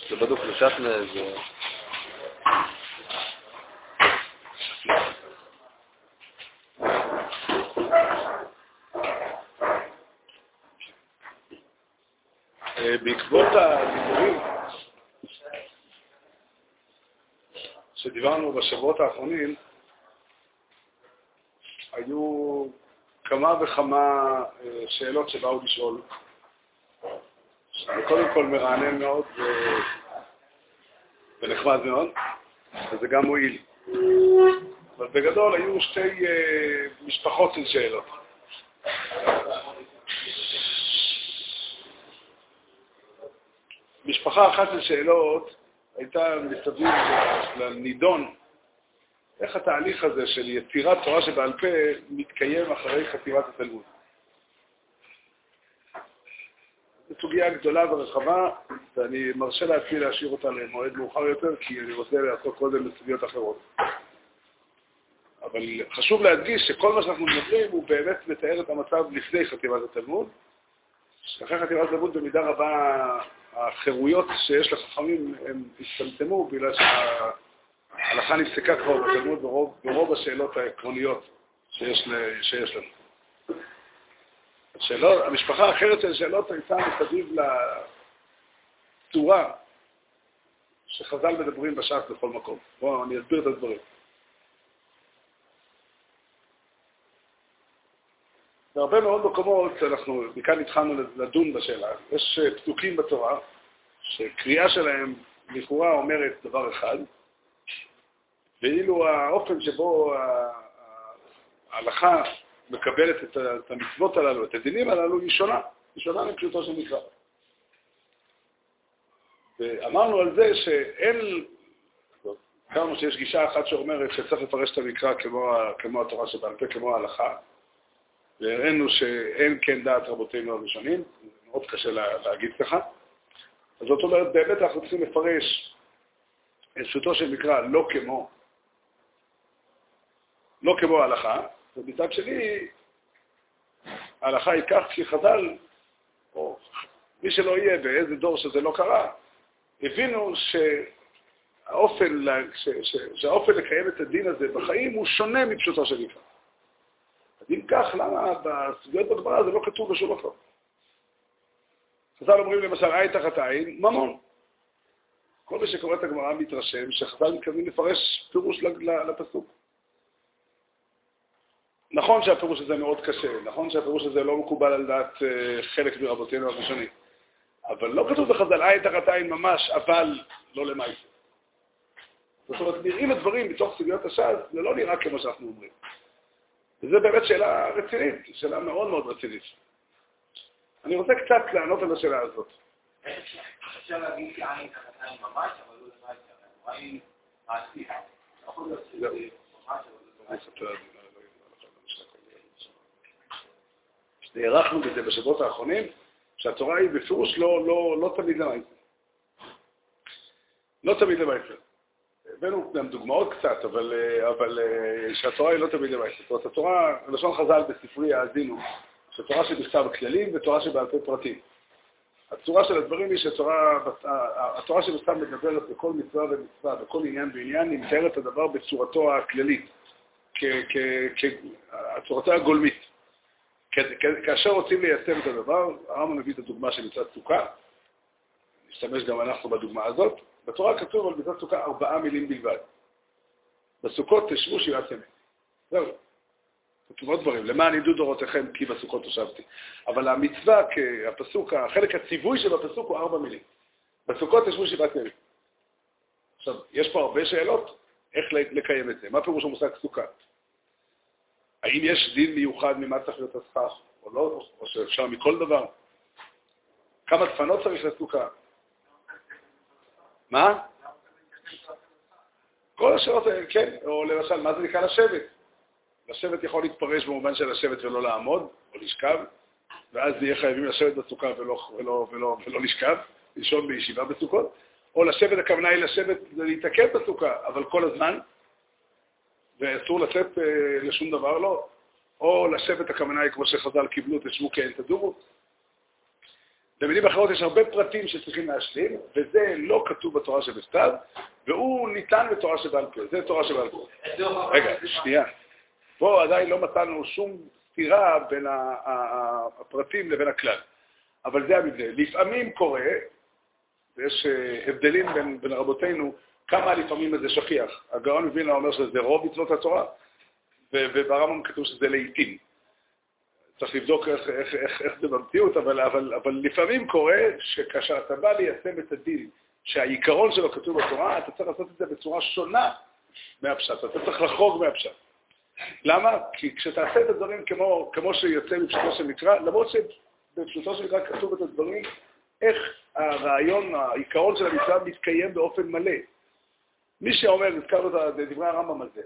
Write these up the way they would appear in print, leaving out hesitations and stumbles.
זה בדוק לשחנה, זה... בעקבות הדיבורים שדיברנו בשבועות האחרונים, היו כמה וכמה שאלות שבאו לשאול. קודם כל מרענן מאוד ונחמד מאוד, וזה גם מועיל. אבל בגדול היו שתי משפחות של שאלות. משפחה אחת של שאלות הייתה מסביב לנידון, איך התהליך הזה של יצירת תורה שבעל פה מתקיים אחרי חטיבת התלמוד. זו סוגיה גדולה ורחבה, ואני מרשה לעצמי להשאיר אותה למועד מאוחר יותר, כי אני רוצה לעשות קודם לסוגיות אחרות. אבל חשוב להדגיש שכל מה שאנחנו מדברים הוא באמת מתאר את המצב לפני חטיבת התלמוד. אחרי חטיבת התלמוד במידה רבה החירויות שיש לחכמים הם הצטמצמו, בגלל שההלכה נפסקה כבר בתלמוד ברוב השאלות העקרוניות שיש לנו. המשפחה האחרת של שאלות הייתה מסביב לצורה שחז"ל מדברים בש"ס בכל מקום. בואו אני אסביר את הדברים. בהרבה מאוד מקומות אנחנו מכאן התחלנו לדון בשאלה. יש פסוקים בתורה שקריאה שלהם לכאורה אומרת דבר אחד, ואילו האופן שבו ההלכה מקבלת את המצוות הללו, את הדינים הללו, היא שונה מפשוטו של מקרא. ואמרנו על זה שאין, כמה שיש גישה אחת שאומרת שצריך לפרש את המקרא כמו התורה שבעל פה, כמו ההלכה, והראינו שאין כן דעת רבותינו הראשונים, מאוד קשה להגיד ככה. אז זאת אומרת, באמת אנחנו צריכים לפרש את פשוטו של מקרא לא כמו ההלכה, ובצד שני, ההלכה היא כך שחז"ל, או מי שלא יהיה באיזה דור שזה לא קרה, הבינו שהאופן לקיים את הדין הזה בחיים הוא שונה מפשוטו של מקרא. אז אם כך, למה בסוגיות בגמרא זה לא כתוב בשום מקום? חז"ל אומרים למשל, עין תחת עין, ממון. כל מי שקורא את הגמרא מתרשם שחז"ל מתכוונים לפרש פירוש לפסוק. נכון שהפירוש הזה מאוד קשה, נכון שהפירוש הזה לא מקובל על דעת חלק מרבותינו הראשונים, אבל לא כתוב בחז"ל עין תחת עין ממש, אבל לא למעשה. זאת אומרת, נראים הדברים מתוך סוגיות הש"ס, זה לא נראה כמו שאנחנו אומרים. וזו באמת שאלה רצינית, שאלה מאוד מאוד רצינית. אני רוצה קצת לענות על השאלה הזאת. אפשר להגיד שעין תחת עין ממש, אבל לא למעשה, עין מעשית. יכול להיות שזה ממש, אבל לא למעשה. הערכנו בזה בשבועות האחרונים, שהתורה היא בפירוש לא תמיד למעשה. לא תמיד למעשה. הבאנו גם דוגמאות קצת, אבל שהתורה היא לא תמיד למעשה. זאת אומרת, התורה, לשון חז"ל בספרי האזינו, שתורה שבכתב כללים ותורה שבעל פה פרטים. הצורה של הדברים היא שהתורה שבכתב מדברת בכל מצווה ומצווה, בכל עניין ועניין, היא מתארת את הדבר בצורתו הכללית, צורתו הגולמית. כאשר רוצים ליישם את הדבר, הרמב"ם מביא את הדוגמה של מצוות סוכה, נשתמש גם אנחנו בדוגמה הזאת, בתורה כתוב על מצוות סוכה 4 מילים בלבד. בסוכות תשבו 7 ימים. זהו. כתוב עוד דברים, למען ידעו דורותיכם כי בסוכות תושבתי. אבל המצווה, הפסוק, החלק הציווי של הפסוק הוא 4 מילים. בסוכות תשבו 7 ימים. עכשיו, יש פה הרבה שאלות איך לקיים את זה. מה פירוש המושג סוכה? האם יש דין מיוחד ממה צריך להיות הסכך, או לא, או שאפשר מכל דבר? כמה דפנות צריך לסוכה? מה? כל השאלות האלה, כן. או למשל, מה זה נקרא לשבת? לשבת יכול להתפרש במובן של לשבת ולא לעמוד, או לשכב, ואז יהיה חייבים לשבת בסוכה ולא לשכב, לישון בישיבה בסוכות. או לשבת, הכוונה היא לשבת ולהתעכב בסוכה, אבל כל הזמן, ואסור לצאת לשום דבר, לא. או לשבת, הכוונה היא כמו שחז"ל קיבלו, תשבו כאין תדורו. במילים אחרות יש הרבה פרטים שצריכים להשלים, וזה לא כתוב בתורה שבכתב, והוא ניתן בתורה שבעל פה. זה תורה שבעל פה. רגע, שנייה. פה עדיין לא מצאנו שום סתירה בין הפרטים לבין הכלל. אבל זה המבנה. לפעמים קורה, ויש הבדלים בין רבותינו, כמה לפעמים זה שכיח. הגאון מווילנה אומר שזה רוב מצוות התורה, וברמב"ם כתוב שזה לעיתים. צריך לבדוק איך זה במציאות, אבל לפעמים קורה שכאשר אתה בא ליישם את הדין, שהעיקרון שלו כתוב בתורה, אתה צריך לעשות את זה בצורה שונה מהפשט. אתה צריך לחרוג מהפשט. למה? כי כשתעשה את הדברים כמו שיוצא בפשוטו של מקרא, למרות שבפשוטו של מקרא כתוב את הדברים, איך הרעיון, העיקרון של המצווה מתקיים באופן מלא. מי שאומר, נזכר את דברי הרמב"ם הזה,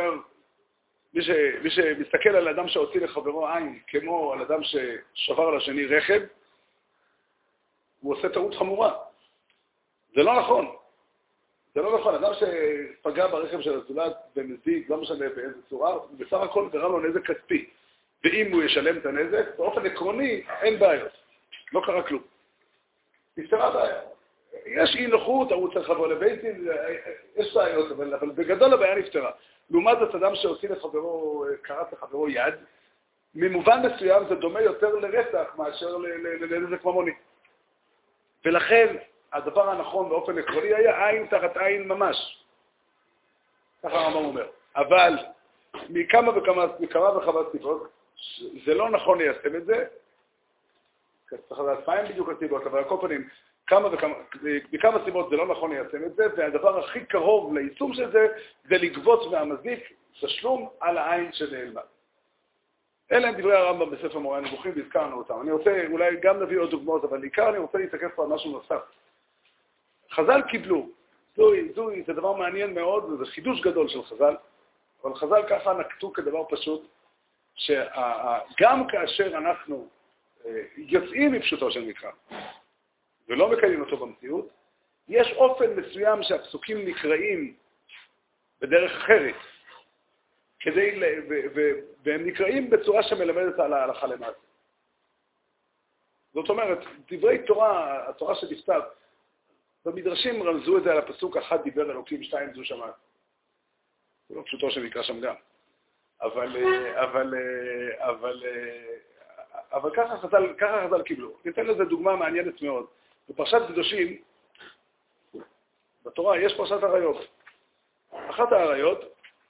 מי שמסתכל על אדם שהוציא לחברו עין, כמו על אדם ששבר לשני רכב, הוא עושה טעות חמורה. זה לא נכון. זה לא נכון. אדם שפגע ברכב של הזולת במזיק, לא משנה באיזה צורה, בסך הכל גרם לו נזק כספי. ואם הוא ישלם את הנזק, באופן עקרוני אין בעיות. לא קרה כלום. נפתרה בעיה. יש אי נוחות, הוא צריך לבוא לבית דין, יש בעיות, אבל בגדול הבעיה נפתרה. לעומת זאת, אדם שהוציא לחברו, קראת לחברו יד, ממובן מסוים זה דומה יותר לרצח מאשר לנזק ממוני. ולכן, הדבר הנכון באופן עקרוני היה עין תחת עין ממש. ככה הרמב"ם אומר. אבל מכמה וכמה סיבות, זה לא נכון ליישם את זה. צריך לדעת מה הם בדיוק הסיבות, אבל על כל פנים, מכמה סיבות זה לא נכון ליישם את זה, והדבר הכי קרוב ליישום של זה, זה לגבות מהמזיק תשלום על העין שנעלמה. אלה הם דברי הרמב"ם בספר מורה הנבוכים, והזכרנו אותם. אני רוצה, אולי גם נביא עוד דוגמאות, אבל בעיקר אני רוצה להתעכב פה על משהו נוסף. חז"ל קיבלו, זה דבר מעניין מאוד, וזה חידוש גדול של חז"ל, אבל חז"ל ככה נקטו כדבר פשוט, שגם כאשר אנחנו יוצאים מפשוטו של מקרא, ולא מקיימים אותו במציאות, יש אופן מסוים שהפסוקים נקראים בדרך אחרת, והם נקראים בצורה שמלמדת על ההלכה למעשה. זאת אומרת, דברי תורה, התורה שנכתב, במדרשים רמזו את זה על הפסוק, אחד דיבר אלוקים, שתיים זו שמעת. זה לא פשוטו שנקרא שם גם. אבל ככה חז"ל קיבלו. ניתן לזה דוגמה מעניינת מאוד. בפרשת קדושים, בתורה יש פרשת עריות. אחת העריות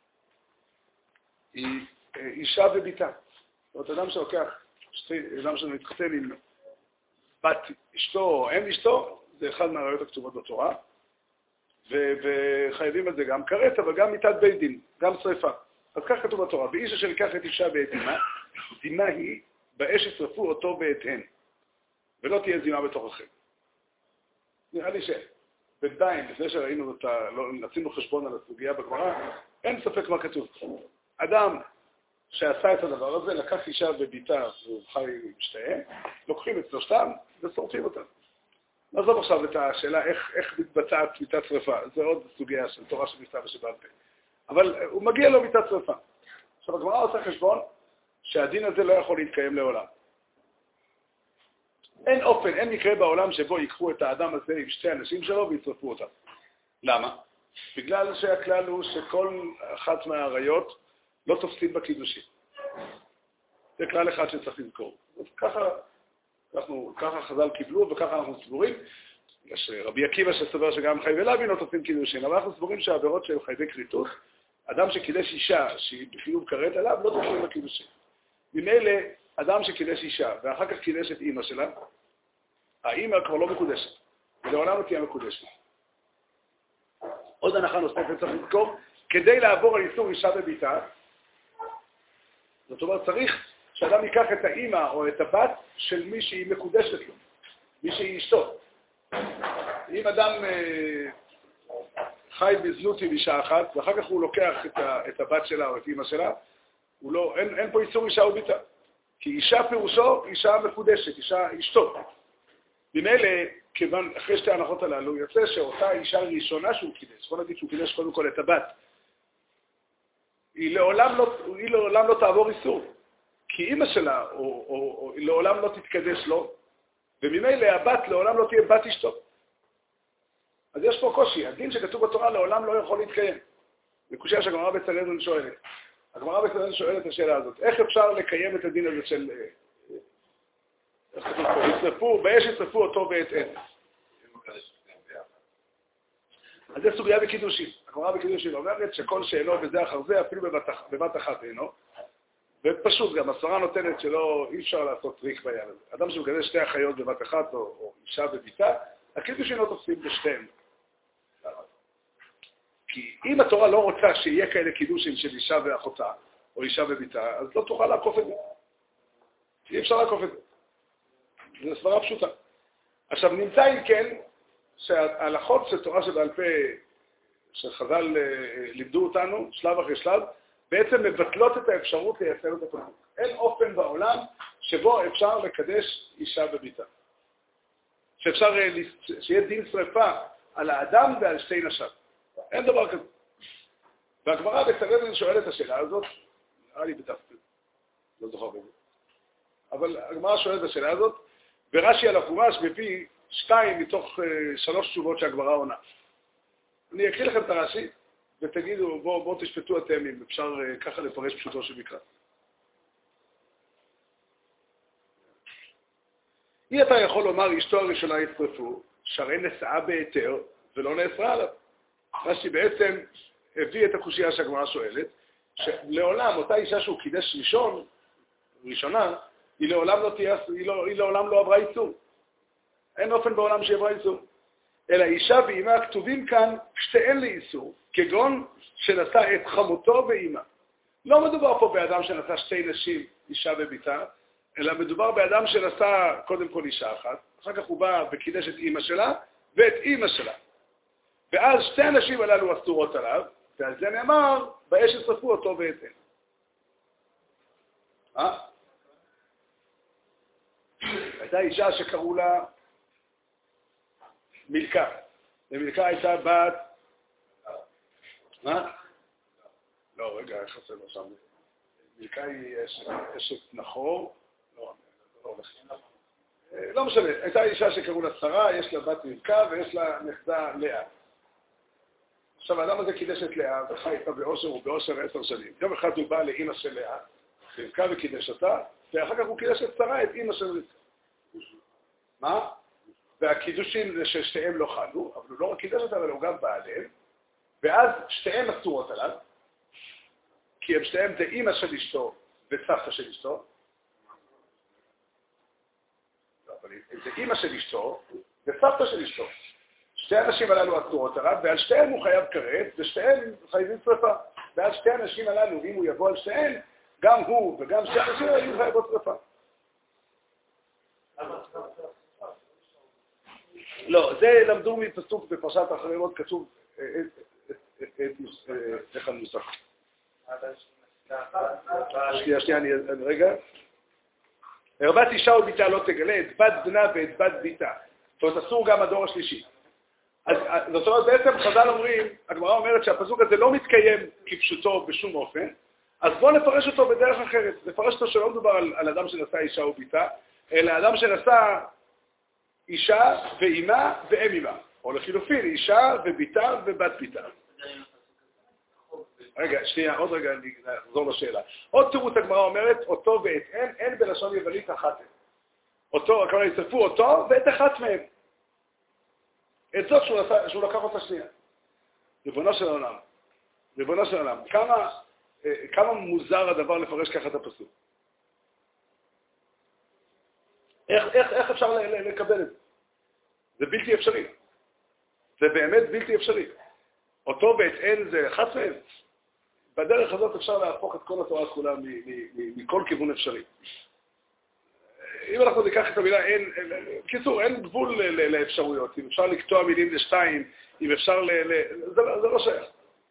היא אישה וביתה. זאת אומרת, אדם שמתחתן עם בת אשתו או אם אשתו, זה אחד מהעריות הכתובות בתורה, וחייבים את זה גם כרת, אבל גם מיתת בית דין, גם שריפה. אז כך כתוב בתורה, באיש אשר ייקח את אישה בעת אמה, זימה היא, באש ישרפו אותו בהתהן, ולא תהיה זימה בתוככם. נראה לי שבינתיים, לפני שראינו עשינו חשבון על הסוגיה בגמרא, אין ספק מה כתוב. אדם שעשה את הדבר הזה, לקח אישה וביתה, והוא חי עם שתיהם, לוקחים את שלושתם ושורפים אותם. נעזוב עכשיו את השאלה איך מתבצעת מיתת שריפה. זה עוד סוגיה של תורה שנכתב ושבעל פה. אבל הוא מגיע לו מיתת שריפה. עכשיו, הגמרא עושה חשבון שהדין הזה לא יכול להתקיים לעולם. אין מקרה בעולם שבו ייקחו את האדם הזה עם שתי אנשים שלו ויצרפו אותם. למה? בגלל שהכלל הוא שכל אחת מהעריות לא תופסים בקידושים. זה כלל אחד שצריך לזכור. ככה חז"ל קיבלו וככה אנחנו סבורים. יש רבי עקיבא שסובר שגם חי ולאבין לא תופסים קידושים, אבל אנחנו סבורים שהעבירות של חייבי כריתות, אדם שקידש אישה שהיא בחיוב כרת עליו לא תופסים בקידושים. ממילא אדם שקידש אישה ואחר כך קידש את אמא שלה, האמא כבר לא מקודשת, ולעולם לא תהיה מקודשת. עוד הנחה נוספת צריך לזכור, כדי לעבור על איסור אישה בביתה, זאת אומרת צריך שאדם ייקח את האמא או את הבת של מי שהיא מקודשת לו, מי שהיא אשתו. אם אדם חי בזנות עם אישה אחת, ואחר כך הוא לוקח את הבת שלה או את אמא שלה, אין פה איסור אישה וביתה. כי אישה פירושו אישה מקודשת, אישה אשתו. ממילא, כיוון אחרי שתי ההנחות הללו, יוצא שאותה אישה ראשונה שהוא קידש, בוא נגיד שהוא קידש קודם כל את הבת, היא לעולם לא תעבור איסור. כי אמא שלה, או לעולם לא תתקדש לו, וממילא הבת לעולם לא תהיה בת אשתו. אז יש פה קושי, הדין שכתוב בתורה לעולם לא יכול להתקיים. זה קושיה שהגמרא בסנהדרין שואלת. הגמרא בסנהדרין שואלת את השאלה הזאת, איך אפשר לקיים את הדין הזה של... איך כתוב פה? ישרפו, באש ישרפו אותו ואת עץ. אז זה סוגיה בקידושין. הגמרא בקידושין אומרת שכל שאינו בזה אחר זה, אפילו בבת אחת אינו. ופשוט גם השרה נותנת שלא, אי אפשר לעשות טריק בעניין הזה. אדם שמקדש שתי אחיות בבת אחת, או אישה בביתה, הקידושין לא תופסים בשתיהם. כי אם התורה לא רוצה שיהיה כאלה קידושין של אישה ואחותה, או אישה וביתה, אז לא תוכל לעקוף את זה. אי אפשר לעקוף את זה. זו סברה פשוטה. עכשיו נמצא אם כן, שההלכות של תורה שבעל פה, שחז"ל לימדו אותנו, שלב אחרי שלב, בעצם מבטלות את האפשרות לייצר את הפסוק. אין אופן בעולם שבו אפשר לקדש אישה בביתה. שאפשר שיהיה דין שרפה על האדם ועל שתי נשיו. אין דבר כזה. והגמרא בסנהדרין שואלת את השאלה הזאת, נראה לי בתפקיד, לא זוכר בזה. אבל הגמרא שואלת את השאלה הזאת, ורש"י על החומש מביא 2 מתוך 3 תשובות שהגמרא עונה. אני אקריא לכם את הרש"י, ותגידו, בואו תשפטו אתם אם אפשר ככה לפרש פשוטו של מקרא. אי אתה יכול לומר, אשתו הראשונה ישרפו, שהרי נשאה בהיתר ולא נאסרה עליו. רש"י בעצם הביא את הקושיה שהגמרא שואלת, שלעולם, אותה אישה שהוא קידש ראשונה, היא לעולם לא עברה איסור. אין אופן בעולם שעברה איסור. אלא אישה ואימה כתובים כאן שתיהן לאיסור, כגון שנשא את חמותו ואימה. לא מדובר פה באדם שנשא שתי נשים, אישה וביתה, אלא מדובר באדם שנשא קודם כל אישה אחת, אחר כך הוא בא וקידש את אימא שלה ואת אימא שלה. ואז שתי הנשים הללו אסורות עליו, ועל זה נאמר, באש ישרפו אותו ואת הן. הייתה אישה שקראו לה מילכה. ומילכה הייתה בת... מה? לא, רגע, איך עושה לו שם? מילכה היא אשת נחור. לא משנה. הייתה אישה שקראו לה שרה, יש לה בת מילכה ויש לה נכדה לאה. עכשיו, האדם הזה קידש את לאה, וחי איתה באושר ובאושר 10 שנים. יום אחד הוא בא לאמא של לאה, מילכה וקידש אותה, ואחר כך הוא קידש את שרה, את אמא של מילכה. מה? והקידושים זה ששתיהם לא חלו, אבל הוא לא רק קידש אותם, אלא הוא גם בא עליהם, ואז שתיהם אסורות עליו, כי הם שתיהם זה אמא של אשתו וסבתא של אשתו, לא, אבל זה אמא של אשתו וסבתא של אשתו. שתי הנשים הללו אסורות עליו, ועל שתיהם הוא חייב כרת, ושתיהם חייבים שרפה. ועל שתי הנשים הללו, אם הוא יבוא על שתיהן, גם הוא וגם שתי הנשים היו חייבות שרפה. לא, זה למדו מפסוק בפרשת אחרימות, כתוב איך הנוסח. שנייה, רגע. ערבת אישה וביתה לא תגלה, את בת בנה ואת בת ביתה. זאת אומרת, אסור גם הדור השלישי. זאת אומרת, בעצם חז"ל אומרים, הגמרא אומרת שהפסוק הזה לא מתקיים כפשוטו בשום אופן, אז בואו נפרש אותו בדרך אחרת. נפרש אותו שלא מדובר על אדם שנשא אישה וביתה, אלא אדם שנשא אישה ואימה ואם אימה, או לחילופין, אישה וביתה ובת ביתה. רגע, שנייה, עוד רגע אני אחזור לשאלה. עוד תירוץ הגמרא אומרת, אותו ואת אין בלשון יוונית אחת. אותו, הכוונה יצרפו אותו ואת אחת מהם. את זאת שהוא לקח אותה שנייה. ריבונו של עולם, כמה מוזר הדבר לפרש ככה את הפסוק. איך אפשר לקבל את זה? זה בלתי אפשרי. זה באמת בלתי אפשרי. אותו ואת אין זה אחת מהם. בדרך הזאת אפשר להפוך את כל התורה כולה מכל כיוון אפשרי. אם אנחנו ניקח את המילה אין, בקיצור, אין גבול לאפשרויות. אם אפשר לקטוע מילים לשתיים, אם אפשר זה לא שייך.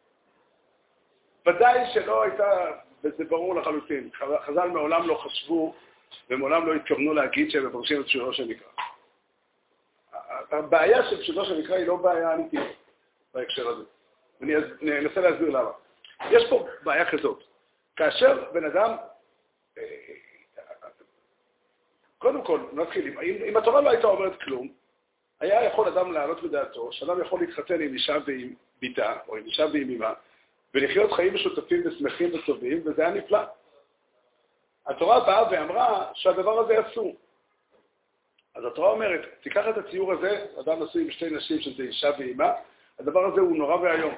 ודאי שלא הייתה, וזה ברור לחלוטין, חז"ל מעולם לא חשבו, ומעולם לא התכוונו להגיד שהם מפרשים את פשוטו של מקרא. הבעיה של פשוטו של מקרא היא לא בעיה אמיתית בהקשר הזה. ואני אנסה להסביר למה. יש פה בעיה כזאת. כאשר בן אדם קודם כל, נתחיל, אם התורה לא הייתה אומרת כלום, היה יכול אדם לעלות בדעתו, שאדם יכול להתחתן עם אישה ועם ביתה, או עם אישה ועם אמא, ולחיות חיים משותפים ושמחים וטובים, וזה היה נפלא. התורה באה ואמרה שהדבר הזה אסור. אז התורה אומרת, תיקח את הציור הזה, אדם נשוי עם שתי נשים שזה אישה ואמא, הדבר הזה הוא נורא והיום.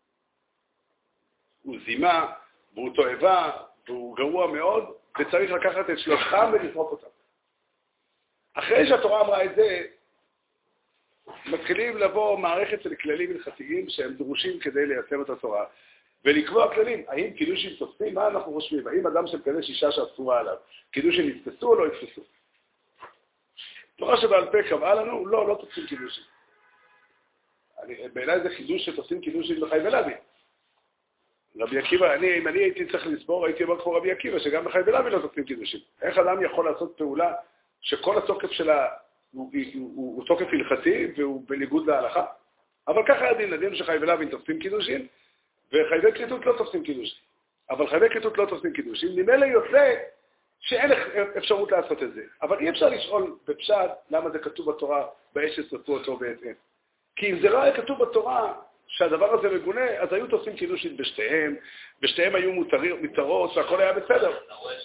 הוא זימה, והוא תועבה, והוא גרוע מאוד, וצריך לקחת את שלושתם ולשרוף אותם. אחרי שהתורה אמרה את זה, מתחילים לבוא מערכת של כללים הלכתיים שהם דרושים כדי ליישם את התורה, ולקבוע כללים. האם קידושים תופסים? מה אנחנו חושבים? האם אדם שמקדש אישה שאסורה עליו, קידושים יתפסו או לא יתפסו? תורה שבעל פה קבעה לנו, לא תופסים קידושים. בעיניי זה חידוש שתופסים קידושים בחי ולוי. רבי עקיבא, אם אני הייתי צריך לסבור, הייתי אומר כמו רבי עקיבא, שגם בחי ולוי לא תופסים קידושים. איך אדם יכול לעשות פעולה שכל התוקף שלה הוא תוקף הלכתי והוא בניגוד להלכה? אבל ככה הדין שחי ולוי תופסים קידושים, וחייבי כריתות לא תופסים קידושים. אבל חייבי כריתות לא תופסים קידושים. ממילא יוצא שאין אפשרות לעשות את זה. אבל אי אפשר לשאול בפשט למה זה כתוב בתורה באש ששרפו אותו בהתאם. כי אם זה לא היה כתוב בתורה שהדבר הזה מגונה, אז היו תופסים קידושים בשתיהם היו מותרות והכל היה בסדר.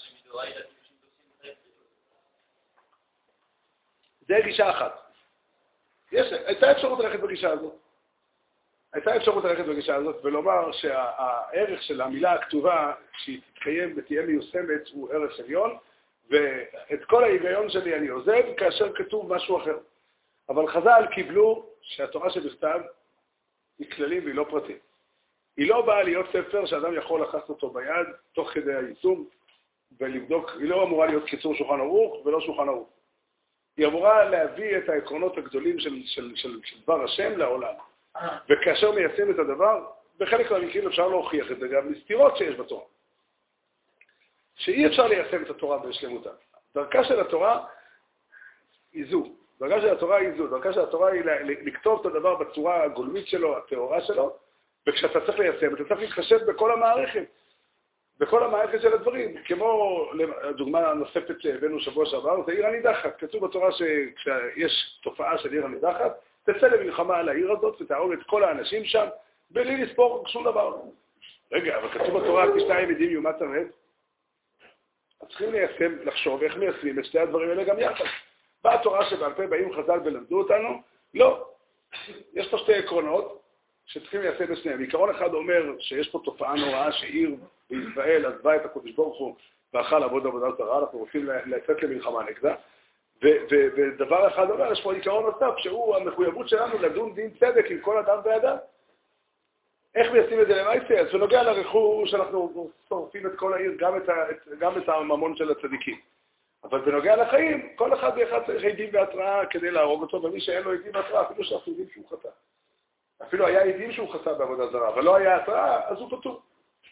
זה גישה אחת. הייתה אפשרות ללכת בגישה הזאת. הייתה אפשרות ללכת בגישה הזאת ולומר שהערך של המילה הכתובה שהיא תתקיים ותהיה מיושמת הוא ערך עליון, ואת כל ההיגיון שלי אני עוזב כאשר כתוב משהו אחר. אבל חז"ל קיבלו שהתורה שבכתב היא כללים והיא לא פרטית. היא לא באה להיות ספר שאדם יכול לקחת אותו ביד תוך כדי היישום ולבדוק, היא לא אמורה להיות קיצור שולחן ערוך ולא שולחן ערוך. היא אמורה להביא את העקרונות הגדולים של דבר השם לעולם. וכאשר מיישם את הדבר, בחלק מהמקרים אפשר להוכיח את זה גם מסתירות שיש בתורה. שאי אפשר ליישם את התורה בשלמותה. דרכה של התורה היא זו. דרכה של התורה היא לכתוב את הדבר בצורה הגולמית שלו, התיאורה שלו, וכשאתה צריך ליישם, אתה צריך להתחשב בכל המערכת. בכל המערכת של הדברים, כמו הדוגמה הנוספת שהבאנו שבוע שעבר, זה עיר הנידחת. כתוב בתורה שכשיש תופעה של עיר הנידחת, תצא למלחמה על העיר הזאת ותהרוג את כל האנשים שם, בלי לספור שום דבר. רגע, אבל כתוב בתורה, פי שניים עדים יומת המת, אז צריכים ליישם, לחשוב איך מיישמים את שתי הדברים האלה גם יחד. באה התורה שבעל פה באים חז"ל ולמדו אותנו? לא. יש פה שתי עקרונות שצריכים ליישם את שניהם. עיקרון אחד אומר שיש פה תופעה נוראה שעיר בישראל עזבה את הקדוש ברוך הוא ואכל לעבוד עבודה זרה, אנחנו רוצים לצאת למלחמה נגדה. ודבר אחד אומר, יש פה עיקרון נוסף, שהוא המחויבות שלנו לדון דין צדק עם כל אדם ואדם. איך מיישמים את זה למעשה? אז בנוגע לרכוש, אנחנו שורפים את כל העיר, גם את הממון של הצדיקים. אבל בנוגע לחיים, כל אחד ואחד צריך עדים והתראה כדי להרוג אותו, ומי שאין לו עדים והתראה, אפילו שאנחנו יודעים שהוא חטא. אפילו היה עדים שהוא חטא בעבודה זרה, אבל לא היה התראה, אז הוא פטור.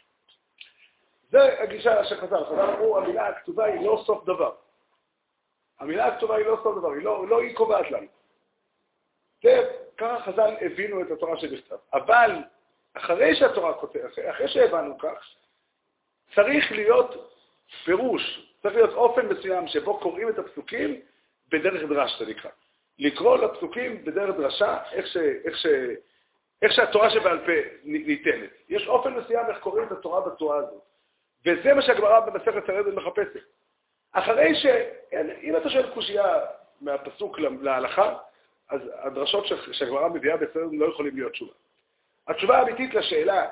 זה הגישה שחז"ל. חז"ל אמרו, המילה הכתובה היא לא סוף דבר. המילה הכתובה היא לא סוף דבר, היא קובעת לנו. זה, ככה חז"ל הבינו את התורה שבכתב. אבל אחרי שהתורה כותבת, אחרי שהבנו כך, צריך להיות פירוש, צריך להיות אופן מסוים שבו קוראים את הפסוקים בדרך דרש, זה נקרא. לקרוא לפסוקים בדרך דרשה, איך שהתורה שבעל פה ניתנת. יש אופן מסוים איך קוראים את התורה בצורה הזאת. וזה מה שהגמרא במסכת סנהדרין מחפשת. אחרי אם אתה שואל קושייה מהפסוק להלכה, אז הדרשות שהגמרא מביאה בסנהדרין לא יכולים להיות תשובה. התשובה האמיתית לשאלה,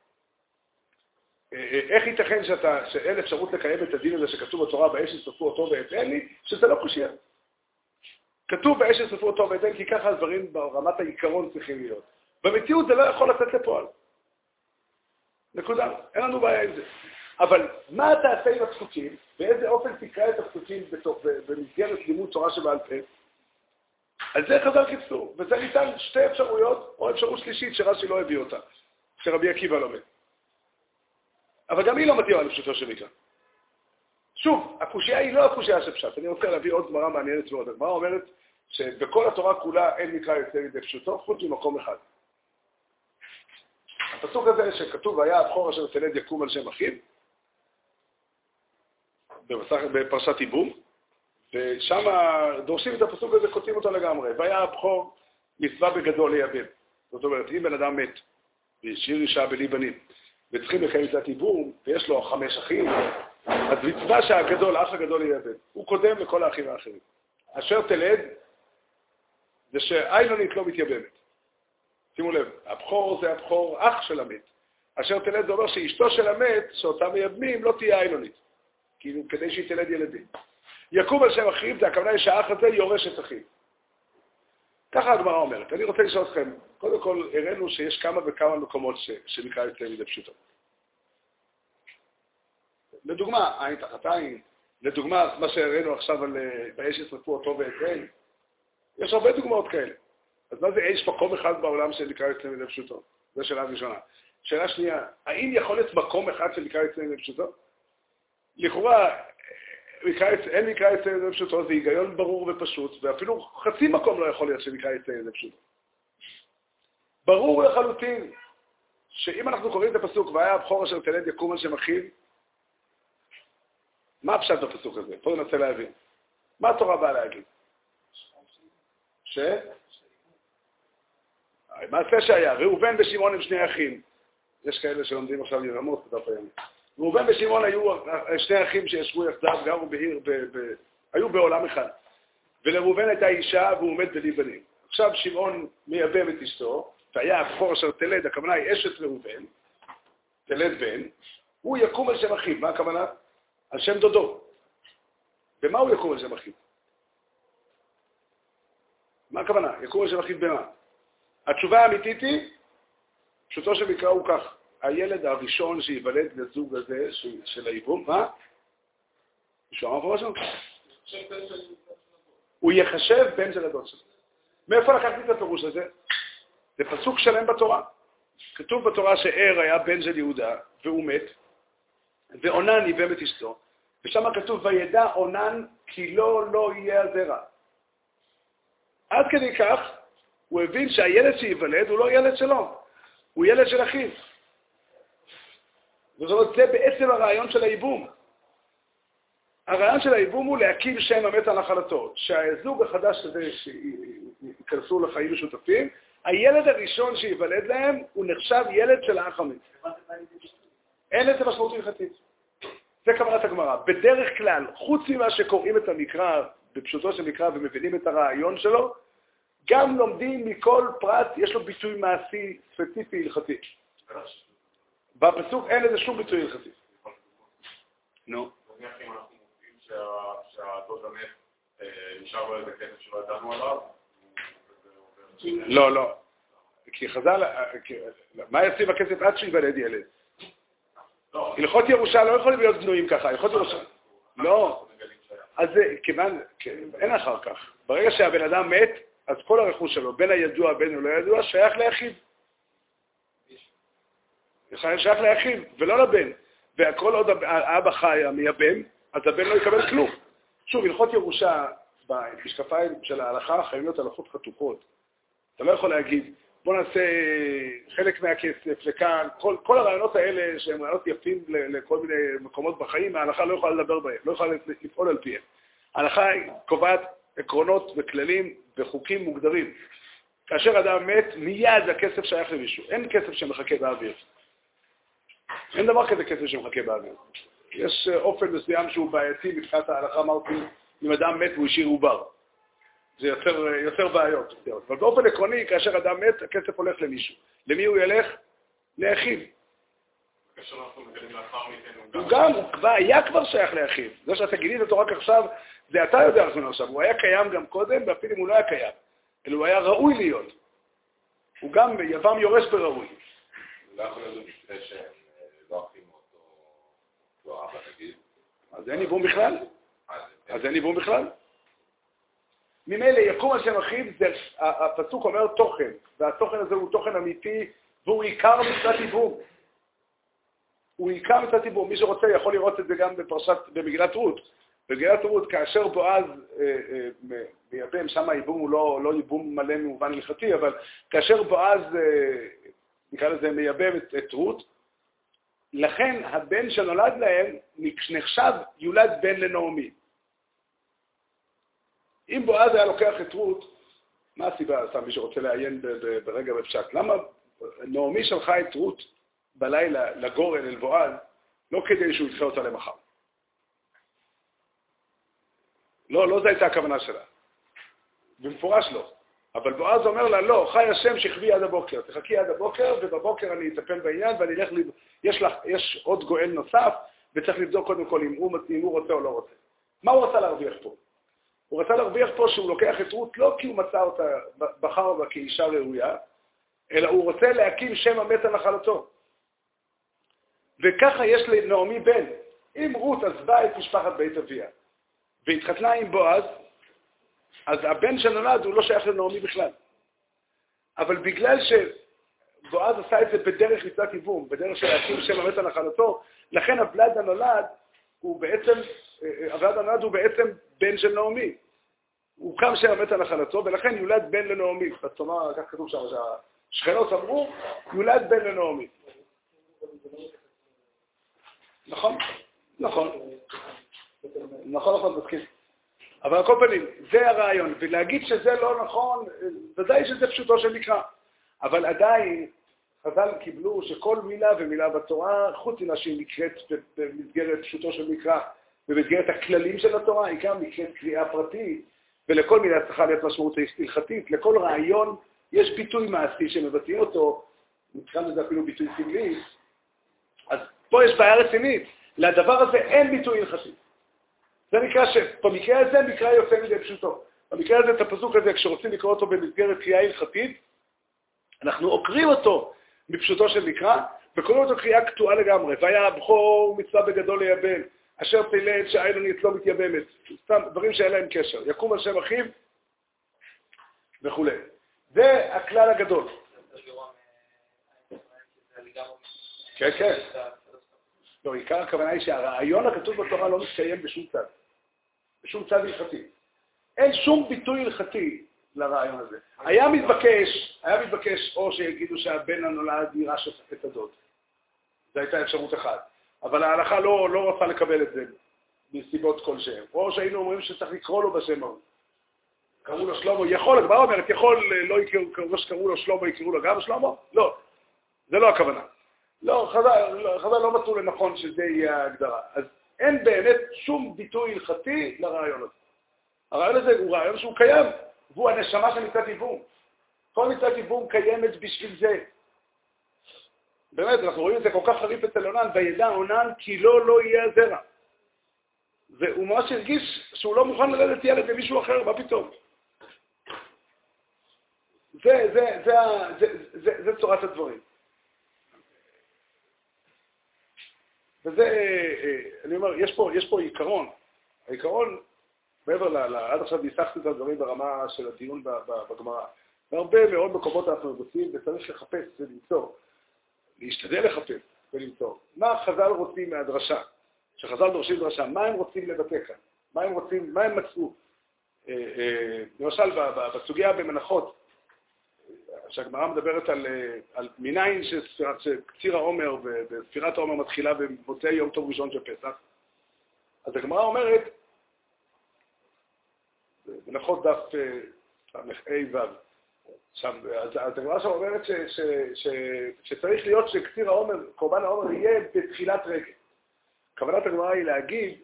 איך ייתכן שאין אפשרות לקיים את הדין הזה שכתוב בתורה באש ששרפו אותו בהתאם לי, שזה לא קושייה. כתוב באש ששרפו אותו בהתאם כי ככה הדברים ברמת העיקרון צריכים להיות. במציאות זה לא יכול לצאת לפועל. נקודה, אין לנו בעיה עם זה. אבל מה תעשה עם הפסוקים, באיזה אופן תקרא את הפסוקים במסגרת לימוד תורה שבעל פה? על זה חז"ל קיצרו, וזה ניתן שתי אפשרויות, או אפשרות שלישית שרש"י לא הביא אותה, שרבי עקיבא לומד. אבל גם היא לא מתאימה לפשוטו של מקרא. שוב, הקושייה היא לא הקושייה שפשט. אני רוצה להביא עוד גמרא מעניינת מאוד. הגמרא אומרת שבכל התורה כולה אין מקרא יוצא לידי פשוטו, חוץ ממקום אחד. הפסוק הזה שכתוב, היה הבכור אשר תלד יקום על שם אחיו, בפרשת ייבום, ושם דורשים את הפסוק הזה, כותבים אותו לגמרי. והיה הבכור מצווה בגדול לייבם. זאת אומרת, אם בן אדם מת, והשאיר אישה בלי בנים, וצריכים לקיים את הטיבור, ויש לו 5 אחים, אז מצווה שהגדול, האח הגדול ייבם. הוא קודם לכל האחים האחרים. אשר תלד, זה שהאילונית לא מתייבמת. שימו לב, הבכור זה הבכור אח של המת. אשר תלד זה אומר שאשתו של המת, שאותה מייבמים, לא תהיה האילונית. כאילו, כדי שהיא תלד ילדים. יקום על שם אחיו, זה הכוונה שהאח הזה יורש את אחיו. ככה הגמרא אומרת. אני רוצה לשאול אתכם, קודם כל, הראינו שיש כמה וכמה מקומות שנקרא את זה מדי פשוטו. לדוגמה, עין תחת עין, לדוגמה, מה שהראינו עכשיו על באש ישרפו אותו ואת זה, יש הרבה דוגמאות כאלה. אז מה זה יש מקום אחד בעולם שנקרא את זה מדי פשוטו? זו שאלה ראשונה. שאלה שנייה, האם יכול להיות מקום אחד שנקרא את זה מדי פשוטו? לכאורה, אין מקרא את זה פשוטו, זה היגיון ברור ופשוט, ואפילו חצי מקום לא יכול להיות שנקרא את זה פשוטו. ברור לחלוטין, שאם אנחנו קוראים את הפסוק, והיה הבכור אשר תלד יקום על שם אחיו, מה הפשט בפסוק הזה? פה ננסה להבין. מה התורה באה להגיד? מעשה שהיה, ראובן ושמעון הם 2 אחים. יש כאלה שלומדים עכשיו לרמות את הפעמים. ראובן ושמעון היו 2 אחים שישבו יחדיו, גרו בעיר, היו בעולם אחד. ולראובן הייתה אישה והוא מת בלי בנים. עכשיו שמעון מייבם את אשתו, והיה הבכור אשר תלד, הכוונה היא אשת ראובן, תלד בן, הוא יקום על שם אחיו. מה הכוונה? על שם דודו. במה הוא יקום על שם אחיו? מה הכוונה? יקום על שם אחיו במה? התשובה האמיתית היא, פשוטו של מקרא הוא כך, הילד הראשון שיוולד לזוג הזה של הייבום, מה? מישהו אמר פה משהו? הוא יחשב בן של הדוד שלו. מאיפה לקחתי את הפירוש הזה? זה פסוק שלם בתורה. כתוב בתורה שער היה בן של יהודה, והוא מת, ואונן ייבם את אשתו, ושם כתוב, וידע אונן כי לא יהיה הזרע. עד כדי כך, הוא הבין שהילד שיוולד הוא לא ילד שלו, הוא ילד של אחיו. זאת אומרת, זה בעצם הרעיון של הייבום. הרעיון של הייבום הוא להקים שם המת על נחלתו. שהזוג החדש הזה שיכנסו לחיים משותפים, הילד הראשון שיוולד להם הוא נחשב ילד של האח המת. אין לזה משמעות הלכתית. זה כוונת הגמרא. בדרך כלל, חוץ ממה שקוראים את המקרא, בפשוטו של מקרא ומבינים את הרעיון שלו, גם לומדים מכל פרט, יש לו ביטוי מעשי ספציפי הלכתי. בפסוק אין לזה שום ביטוי הלכתי. נו. נניח אם אנחנו מוצאים שהדוד המת נשאר לו איזה כסף שלא ידענו עליו? לא. כי חז"ל, מה יעשי בכסף עד שיוולד ילד? הלכות ירושה לא יכולים להיות בנויים ככה, הלכות ירושה. לא. אז כיוון, אין אחר כך. ברגע שהבן אדם מת, אז כל הרכוש שלו, בין הידוע, בין הלא ידוע, שייך לאחיו. שייך לאחיו, ולא לבן. והכל עוד האבא חי המייבם, אז הבן לא יקבל כלום. שוב, הלכות ירושה, במשקפיים של ההלכה, חייבים להיות הלכות חתוכות. אתה לא יכול להגיד, בוא נעשה חלק מהכסף לכאן, כל הרעיונות האלה שהם רעיונות יפים לכל מיני מקומות בחיים, ההלכה לא יכולה לדבר בהם, לא יכולה לפעול על פיהם. ההלכה קובעת עקרונות וכללים וחוקים מוגדרים. כאשר אדם מת, מיד הכסף שייך למישהו. אין כסף שמחכה באוויר. אין דבר כזה כסף שמחכה באוויר. יש אופן מסוים שהוא בעייתי מבחינת ההלכה, אמרתי, אם אדם מת הוא השאיר עובר. זה יותר בעיות. אבל באופן עקרוני, כאשר אדם מת, הכסף הולך למישהו. למי הוא ילך? לאחיו. כאשר אנחנו מגלים לאחר מכן, הוא כבר היה שייך לאחיו. זה שאתה גילית אותו רק עכשיו, זה אתה יודע אנחנו עכשיו. הוא היה קיים גם קודם, ואפילו אם הוא לא היה קיים. אלא הוא היה ראוי להיות. הוא גם יבם יורש בראוי. לא יכול להיות מקרה שהם לא אחים אותו, לא אבא נגיד. אז אין ייבום בכלל. ממילא יקום על שם אחיו, הפסוק אומר תוכן, והתוכן הזה הוא תוכן אמיתי, והוא עיקר מצוות ייבום. הוא עיקר מצוות ייבום. מי שרוצה יכול לראות את זה גם במגילת רות. במגילת רות, כאשר בועז מייבם, שם הייבום הוא לא ייבום מלא במובן הלכתי, אבל כאשר בועז, נקרא לזה, מייבם את רות, לכן הבן שנולד להם נחשב יולד בן לנעמי. אם בועז היה לוקח את רות, מה הסיבה, סתם מי שרוצה לעיין ברגע בפשט? למה נעמי שלחה את רות בלילה לגורן אל בועז, לא כדי שהוא ידחה אותה למחר? לא זו הייתה הכוונה שלה. במפורש לא. אבל בועז אומר לה, לא, חי השם שכבי עד הבוקר. תחכי עד הבוקר, ובבוקר אני אטפל בעניין, ואני אלך, יש עוד גואל נוסף, וצריך לבדוק קודם כל אם הוא רוצה או לא רוצה. מה הוא רצה להרוויח פה? הוא רצה להרוויח פה שהוא לוקח את רות לא כי הוא מצא אותה, בחר בה כאישה ראויה, אלא הוא רוצה להקים שם המת על נחלתו. וככה יש לנעמי בן. אם רות עזבה את משפחת בית אביה, והתחתנה עם בועז, אז הבן שנולד הוא לא שייך לנעמי בכלל. אבל בגלל שבועז עשה את זה בדרך מצוות ייבום, בדרך של להקים שם המת על נחלתו, לכן הוולד הנולד הוא בעצם בן של נעמי. הוא קם שם המת על נחלתו, ולכן יולד בן לנעמי. זאת כך כתוב שם, שהשכנות אמרו, יולד בן לנעמי. נכון, מסכים. אבל על כל פנים, זה הרעיון, ולהגיד שזה לא נכון, ודאי שזה פשוטו של מקרא. אבל עדיין, חז"ל קיבלו שכל מילה ומילה בתורה, חוץ ממה שהיא נקראת במסגרת פשוטו של מקרא, במסגרת הכללים של התורה, היא גם נקראת קריאה פרטית, ולכל מילה צריכה להיות משמעות הלכתית. לכל רעיון יש ביטוי מעשי שמבטאים אותו, נקרא לזה אפילו ביטוי סמלי, אז פה יש בעיה רצינית. לדבר הזה אין ביטוי הלכתי. זה נקרא שבמקרה הזה מקרא יוצא מדי פשוטו. במקרה הזה את הפסוק הזה, כשרוצים לקרוא אותו במסגרת קריאה הלכתית, אנחנו עוקרים אותו מפשוטו של מקרא, וקוראים אותו קריאה קטועה לגמרי. והיה הבכור מצווה בגדול לייבם, אשר תלד שהעין אני אצלו מתייבמת. סתם דברים שאין להם קשר. יקום על שם אחיו וכו'. זה הכלל הגדול. כן. לא, עיקר הכוונה היא שהרעיון הכתוב בתורה לא מתקיים בשום צד. בשום צד הלכתי. אין שום ביטוי הלכתי לרעיון הזה. היה מתבקש או שיגידו שהבן הנולד יירש את הדוד. זו הייתה אפשרות אחת. אבל ההלכה לא רצה לקבל את זה מסיבות כלשהם. או שהיינו אומרים שצריך לקרוא לו בשם ההוא. קראו לו שלמה, יכול, הגמרא אומרת, לא יקראו שקראו לו שלמה, יקראו לו גם שלמה? לא, זה לא הכוונה. לא, חז"ל לא מצאו לנכון שזה יהיה ההגדרה. אז אין באמת שום ביטוי הלכתי לרעיון הזה. הרעיון הזה הוא רעיון שהוא קיים, והוא הנשמה של מצוות ייבום. כל מצוות ייבום קיימת בשביל זה. באמת, אנחנו רואים את זה כל כך חריף אצל אונן, וידע אונן כי לא יהיה הזרע. והוא ממש הרגיש שהוא לא מוכן ללדת ילד למישהו אחר, מה פתאום? זה צורת הדברים. וזה, אני אומר, יש פה עיקרון. העיקרון, מעבר עד עכשיו ניסחתי את הדברים ברמה של הדיון בגמרא. בהרבה מאוד מקומות אנחנו רוצים וצריך לחפש ולמצוא. להשתדל לחפש ולמצוא. מה חז"ל רוצים מהדרשה? כשחז"ל דורשים דרשה, מה הם רוצים לבטא כאן? מה הם מצאו? למשל, בסוגיה במנחות, שהגמרא מדברת על מניין שקציר העומר וספירת העומר מתחילה במוצאי יום טוב ראשון של פסח. אז הגמרא אומרת, מנחות דף ס"ה ו', אז הגמרא שם אומרת שצריך להיות שקציר העומר, קורבן העומר יהיה בתחילת רגל. כוונת הגמרא היא להגיד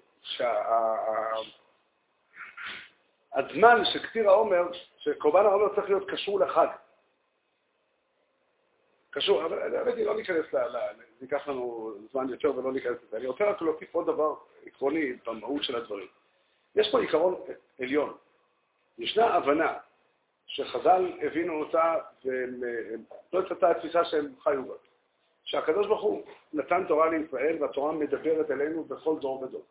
שהזמן שקציר העומר, שקורבן העומר צריך להיות קשור לחג. קשור, אבל האמת היא לא ניכנס ניקח לנו זמן יותר ולא ניכנס לזה. אני רוצה רק להוסיף עוד דבר עקרוני במהות של הדברים. יש פה עיקרון עליון. ישנה הבנה שחז"ל הבינו אותה ולא יצאתה התפיסה שהם חיו בה. שהקדוש ברוך הוא נתן תורה לישראל והתורה מדברת אלינו בכל דור ודור.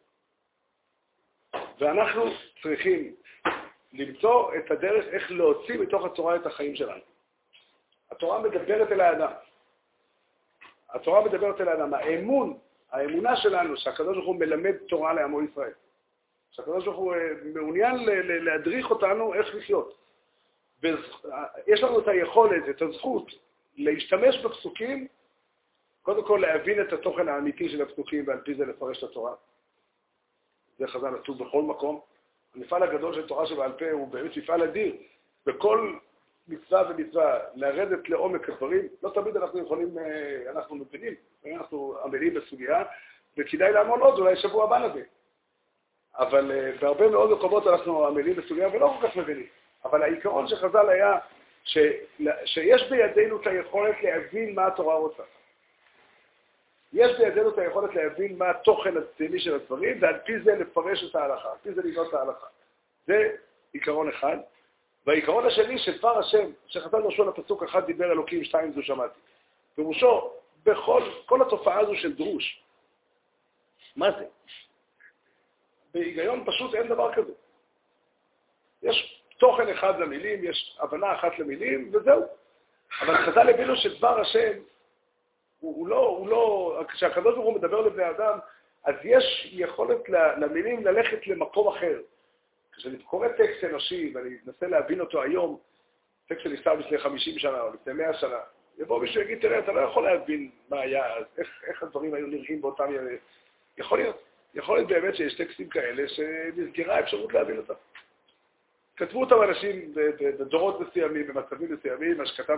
ואנחנו צריכים למצוא את הדרך איך להוציא מתוך התורה את החיים שלנו. התורה מדברת אל האדם. התורה מדברת אל האדם. האמונה שלנו שהקדוש ברוך הוא מלמד תורה לעמו ישראל. שהקדוש ברוך הוא מעוניין להדריך אותנו איך לחיות. יש לנו את היכולת, את הזכות, להשתמש בפסוקים, קודם כל להבין את התוכן האמיתי של הפסוקים ועל פי זה לפרש את התורה. זה חז"ל עשו בכל מקום. המפעל הגדול של תורה שבעל פה הוא באמת מפעל אדיר. בכל מצווה ומצווה לרדת לעומק הדברים, לא תמיד אנחנו מבינים, אנחנו עמלים בסוגיה, וכדאי לעמול עוד, אולי שבוע הבא נבין. אבל בהרבה מאוד מקומות אנחנו עמלים בסוגיה ולא כל כך מבינים. אבל העיקרון שחז"ל היה שיש בידינו את היכולת להבין מה התורה רוצה. יש בידינו את היכולת להבין מה התוכן הפנימי של הדברים, ועל פי זה לפרש את ההלכה, על פי זה לבנות את ההלכה. זה עיקרון אחד. והעיקרון השני של דבר השם, שחז"ל דרשו על הפסוק אחד דיבר אלוקים, שתיים זו שמעתי. פירושו, כל התופעה הזו של דרוש. מה זה? בהיגיון פשוט אין דבר כזה. יש תוכן אחד למילים, יש הבנה אחת למילים, וזהו. אבל חז"ל הבינו שדבר השם, הוא לא, כשהקדוש ברוך הוא מדבר לבני אדם, אז יש יכולת למילים ללכת למקום אחר. כשאני קורא טקסט אנושי, ואני אנסה להבין אותו היום, טקסט שנכתב לפני 50 שנה או לפני 100 שנה, יבוא מישהו יגיד, תראה, אתה לא יכול להבין מה היה, אז איך הדברים היו נראים באותם ימים. יכול להיות באמת שיש טקסטים כאלה שנסגרה האפשרות להבין אותם. כתבו אותם אנשים בדורות מסוימים, במצבים מסוימים, מה שכתב,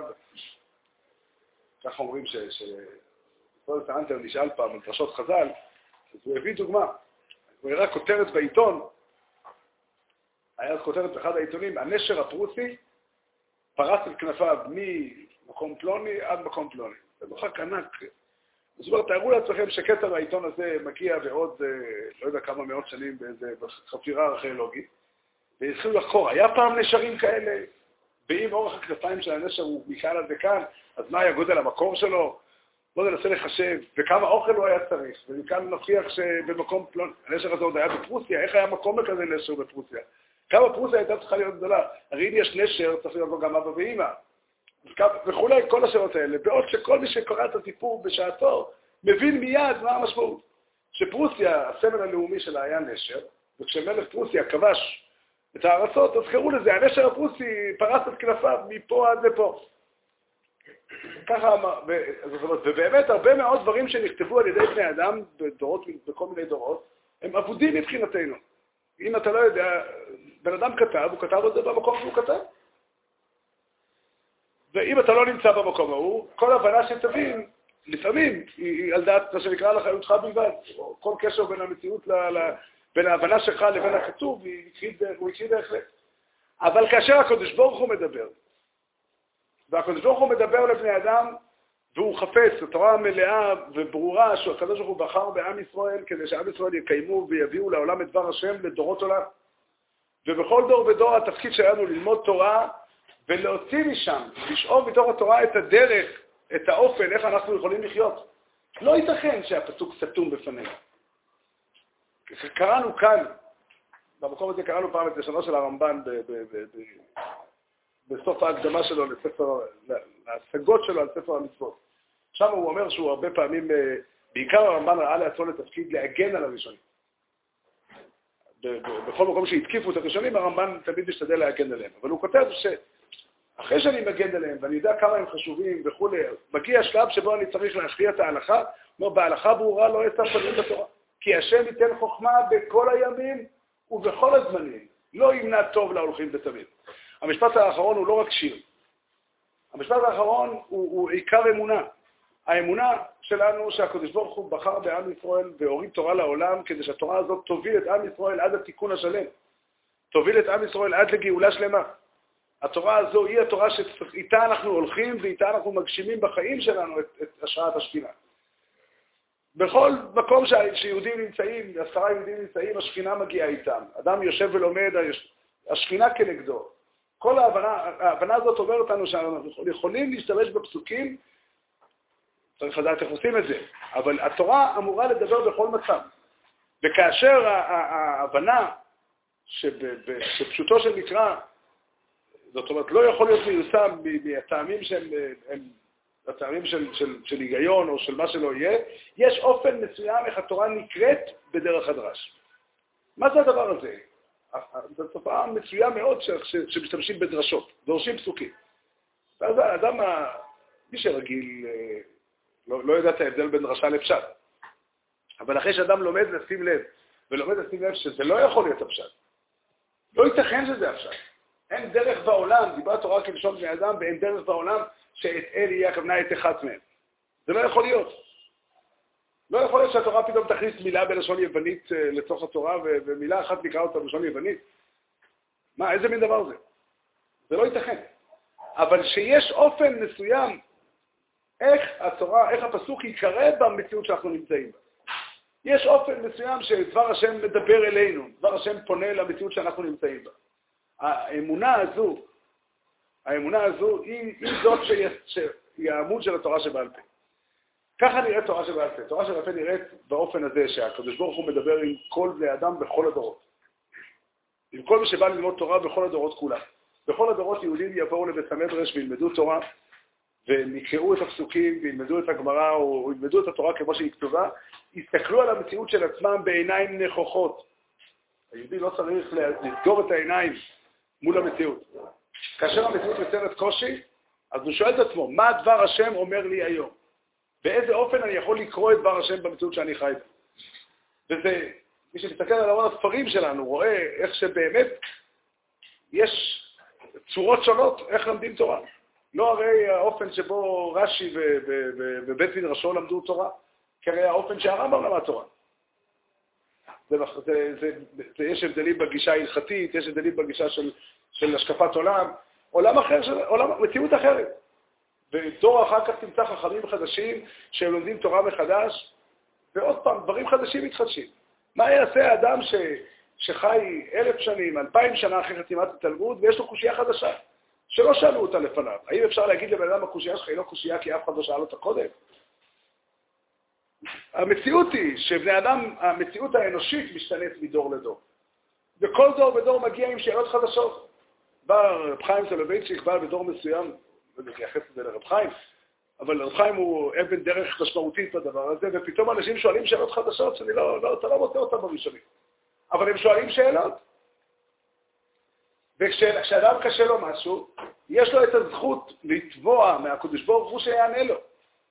ככה אומרים שפרופ' אנטר נשאל פעם על דרשות חז"ל, אז הוא הביא דוגמה, הוא הראה כותרת בעיתון, היה כותרת באחד העיתונים, הנשר הפרוסי פרס את כנפיו ממקום פלוני עד מקום פלוני. זה מרחק ענק. זאת אומרת, תארו לעצמכם שכתר העיתון הזה מגיע בעוד, לא יודע כמה מאות שנים, באיזה חפירה ארכיאולוגית, והתחילו לחקור. היה פעם נשרים כאלה, ואם אורך הכנפיים של הנשר הוא מכאן עד וכאן, אז מה היה גודל המקור שלו? לא ננסה לחשב, וכמה אוכל הוא היה צריך, ומכאן נוכיח שבמקום פלוני, הנשר הזה עוד היה בפרוסיה, איך היה מקום לכזה נשר בפרוסיה? כמה פרוסיה הייתה צריכה להיות גדולה? הרי אם יש נשר, צריך להיות לו גם אבא ואמא. וכולי, כל השאלות האלה. בעוד שכל מי שקורא את הסיפור בשעתו, מבין מיד מה המשמעות. שפרוסיה, הסמל הלאומי שלה היה נשר, וכשמלך פרוסיה כבש את הארצות, אז קראו לזה, הנשר הפרוסי פרס את כנפיו מפה עד לפה. ככה אמר, ובאמת הרבה מאוד דברים שנכתבו על ידי בני אדם בדורות, בכל מיני דורות, הם עבודים מבחינתנו. אם אתה לא יודע, בן אדם כתב, הוא כתב את זה במקום שהוא כתב. ואם אתה לא נמצא במקום ההוא, כל הבנה שתבין, לפעמים, היא על דעת מה שנקרא לחיותך בלבד. כל קשר בין המציאות, בין ההבנה שלך לבין הכתוב, הוא הקריב בהחלט. אבל כאשר הקדוש ברוך הוא מדבר, והקדוש ברוך הוא מדבר לבני אדם, והוא חפץ, התורה מלאה וברורה שהקדוש ברוך הוא בחר בעם ישראל כדי שעם ישראל יקיימו ויביאו לעולם את דבר השם לדורות עולם. ובכל דור ודור התפקיד שלנו ללמוד תורה ולהוציא משם, לשאוב מתוך התורה את הדרך, את האופן, איך אנחנו יכולים לחיות. לא ייתכן שהפסוק סתום בפנינו. קראנו כאן, במקום הזה קראנו פעם את לשונו של הרמב"ן בסוף ההקדמה שלו להשגות שלו על ספר המצוות. שם הוא אומר שהוא הרבה פעמים, בעיקר הרמב"ן ראה לעצמו לתפקיד להגן על הראשונים. בכל מקום שהתקיפו את הראשונים, הרמב"ן תמיד משתדל להגן עליהם. אבל הוא כותב שאחרי שאני מגן עליהם, ואני יודע כמה הם חשובים וכו', מגיע שלב שבו אני צריך להכריע את ההלכה, כמו בהלכה ברורה לא יצא פנים בתורה. כי השם ייתן חוכמה בכל הימים ובכל הזמנים. לא ימנע טוב להולכים בתמיד. המשפט האחרון הוא לא רק שיר. המשפט האחרון הוא עיקר אמונה. האמונה שלנו שהקדוש ברוך הוא בחר בעם ישראל והוריד תורה לעולם כדי שהתורה הזאת תוביל את עם ישראל עד התיקון השלם. תוביל את עם ישראל עד לגאולה שלמה. התורה הזו היא התורה שאיתה אנחנו הולכים ואיתה אנחנו מגשימים בחיים שלנו את השראת השכינה. בכל מקום שיהודים נמצאים, 10 יהודים נמצאים, השכינה מגיעה איתם. אדם יושב ולומד, השכינה כנגדו. כל ההבנה הזאת אומרת אותנו שאנחנו יכולים להשתמש בפסוקים, צריך לדעת איך עושים את זה, אבל התורה אמורה לדבר בכל מצב. וכאשר ההבנה שפשוטו של מקרא, זאת אומרת, לא יכול להיות מיושם מהטעמים של היגיון או של מה שלא יהיה, יש אופן מסוים איך התורה נקראת בדרך הדרש. מה זה הדבר הזה? זו תופעה מצויה מאוד שמשתמשים בדרשות, דורשים פסוקים. ואז האדם, מי שרגיל, לא יודע את ההבדל בין דרשה לפשט. אבל אחרי שאדם לומד לשים לב, ולומד לשים לב שזה לא יכול להיות הפשט. לא ייתכן שזה עכשיו. אין דרך בעולם, דיברה תורה כלשון בני אדם, ואין דרך בעולם שאת אל יהיה הכוונה את אחד מהם. זה לא יכול להיות. לא יכול להיות שהתורה פתאום תכניס מילה בלשון יוונית לתוך התורה, ומילה אחת נקרא אותה בלשון יוונית. מה, איזה מין דבר זה? זה לא ייתכן. אבל שיש אופן מסוים, איך התורה, איך הפסוק יקרא במציאות שאנחנו נמצאים בה. יש אופן מסוים שדבר השם מדבר אלינו, דבר השם פונה למציאות שאנחנו נמצאים בה. האמונה הזו היא זאת שהיא העמוד של התורה שבעל פה. ככה נראית תורה שבעל פה. תורה שבעל פה נראית באופן הזה שהקדוש ברוך הוא מדבר עם כל בני אדם בכל הדורות. עם כל מי שבא ללמוד תורה בכל הדורות כולם. בכל הדורות יהודים יבואו לבית המדרש וילמדו תורה, והם יקראו את הפסוקים וילמדו את הגמרא או ילמדו את התורה כמו שהיא כתובה, יסתכלו על המציאות של עצמם בעיניים נכוחות. היהודי לא צריך לסגור את העיניים מול המציאות. כאשר המציאות יוצרת קושי, אז הוא שואל את עצמו, מה דבר השם אומר לי היום? באיזה אופן אני יכול לקרוא את דבר השם במציאות שאני חי בה? וזה, מי שמסתכל על ארון הספרים שלנו, רואה איך שבאמת יש צורות שונות איך למדים תורה. לא הרי האופן שבו רש"י ובית מדרשו למדו תורה, כי הרי האופן שהרמב"ם למד תורה. יש הבדלים בגישה ההלכתית, יש הבדלים בגישה של השקפת עולם, עולם אחר, מציאות אחרת. ודור אחר כך תמצא חכמים חדשים שהם לומדים תורה מחדש, ועוד פעם, דברים חדשים מתחדשים. מה יעשה האדם שחי 1,000 שנים, 2,000 שנה אחרי חתימת התלמוד, ויש לו קושייה חדשה, שלא שאלו אותה לפניו? האם אפשר להגיד לבן אדם, הקושייה שלך היא לא קושייה כי אף אחד לא שאל אותה קודם? המציאות היא שבני אדם, המציאות האנושית משתנית מדור לדור. וכל דור ודור מגיע עם שאלות חדשות. בא רב חיים סולובייצ'יק, בא בדור מסוים, ומתייחס את זה לרב חיים, אבל רב חיים הוא אבן דרך משמעותית בדבר הזה, ופתאום אנשים שואלים שאלות חדשות שאני אתה לא מוצא אותם בראשונים. אבל הם שואלים שאלות. וכשאדם קשה לו משהו, יש לו את הזכות לתבוע מהקדוש ברוך הוא שיענה לו.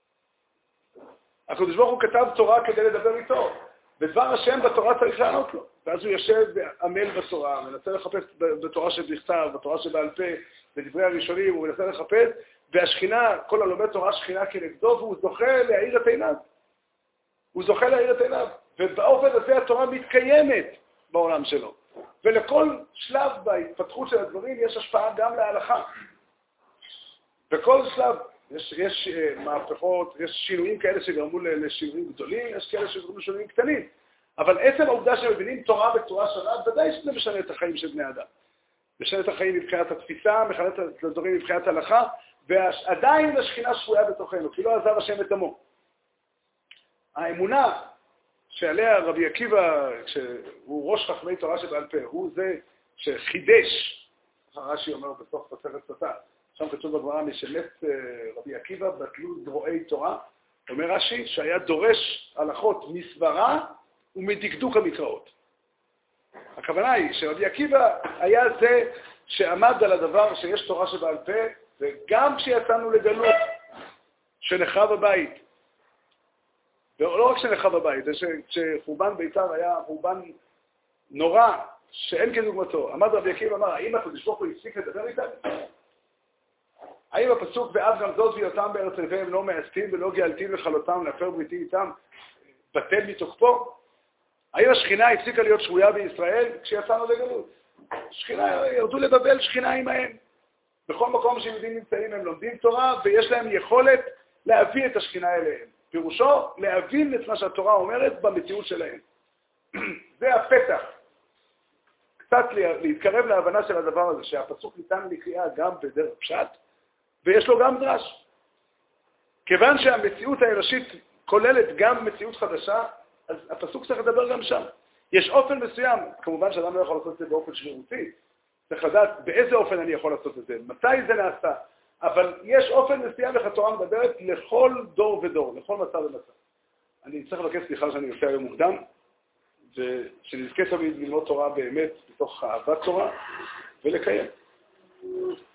הקדוש ברוך הוא כתב תורה כדי לדבר איתו, ודבר השם בתורה צריך לענות לו. ואז הוא יושב ועמל בתורה, מנסה לחפש בתורה שבכתב, בתורה שבעל פה, בדברי הראשונים, הוא מנסה לחפש, והשכינה, כל הלומד תורה שכינה כנגדו, והוא זוכה להאיר את עיניו. הוא זוכה להאיר את עיניו. ובאופן הזה התורה מתקיימת בעולם שלו. ולכל שלב בהתפתחות של הדברים יש השפעה גם להלכה. בכל שלב יש מהפכות, יש שינויים כאלה שגרמו לשינויים גדולים, יש כאלה שגרמו לשינויים קטנים. אבל עצם העובדה שמבינים תורה בצורה שונה, ודאי שזה משנה את החיים של בני אדם. משנה את החיים מבחינת התפיסה, משנה את הדברים מבחינת ההלכה, ועדיין השכינה שפויה בתוכנו, כי לא עזב השם את עמו. האמונה שעליה רבי עקיבא, שהוא ראש חכמי תורה שבעל פה, הוא זה שחידש, רש"י אומר בסוף מסכת סוטה, שם כתוב בגמרא משמת רבי עקיבא בטלו זרועי תורה, אומר רש"י שהיה דורש הלכות מסברה ומדקדוק המקראות. הכוונה היא שרבי עקיבא היה זה שעמד על הדבר שיש תורה שבעל פה, וגם כשיצאנו לגלות שנחרב הבית, ולא רק שנחרב הבית, זה שחורבן ביתר היה חורבן נורא, שאין כדוגמתו. עמד רבי עקיבא ואמר, האם הקדוש ברוך הוא הפסיק לדבר איתם? האם הפסוק ואז גם זאת ויותם בארץ רביהם לא מעשתים ולא גאלתים לכלותם להפר בריתי איתם בטל מתוקפו? האם השכינה הפסיקה להיות שבויה בישראל כשיצאנו לגלות? שכינה, ירדו לבבל שכינה עמהם. בכל מקום שיהודים נמצאים הם לומדים תורה ויש להם יכולת להביא את השכינה אליהם. פירושו להבין את מה שהתורה אומרת במציאות שלהם. זה הפתח. קצת להתקרב להבנה של הדבר הזה, שהפסוק ניתן לקריאה גם בדרך פשט, ויש לו גם דרש. כיוון שהמציאות האנושית כוללת גם מציאות חדשה, אז הפסוק צריך לדבר גם שם. יש אופן מסוים, כמובן שאדם לא יכול לעשות את זה באופן שרירותי, צריך לדעת באיזה אופן אני יכול לעשות את זה, מתי זה נעשה, אבל יש אופן מסוים איך התורה מדברת לכל דור ודור, לכל מצב ומצב. אני צריך לבקש סליחה שאני יוצא היום מוקדם, ושנזכה תמיד ללמוד תורה באמת, בתוך אהבת תורה, ולקיים.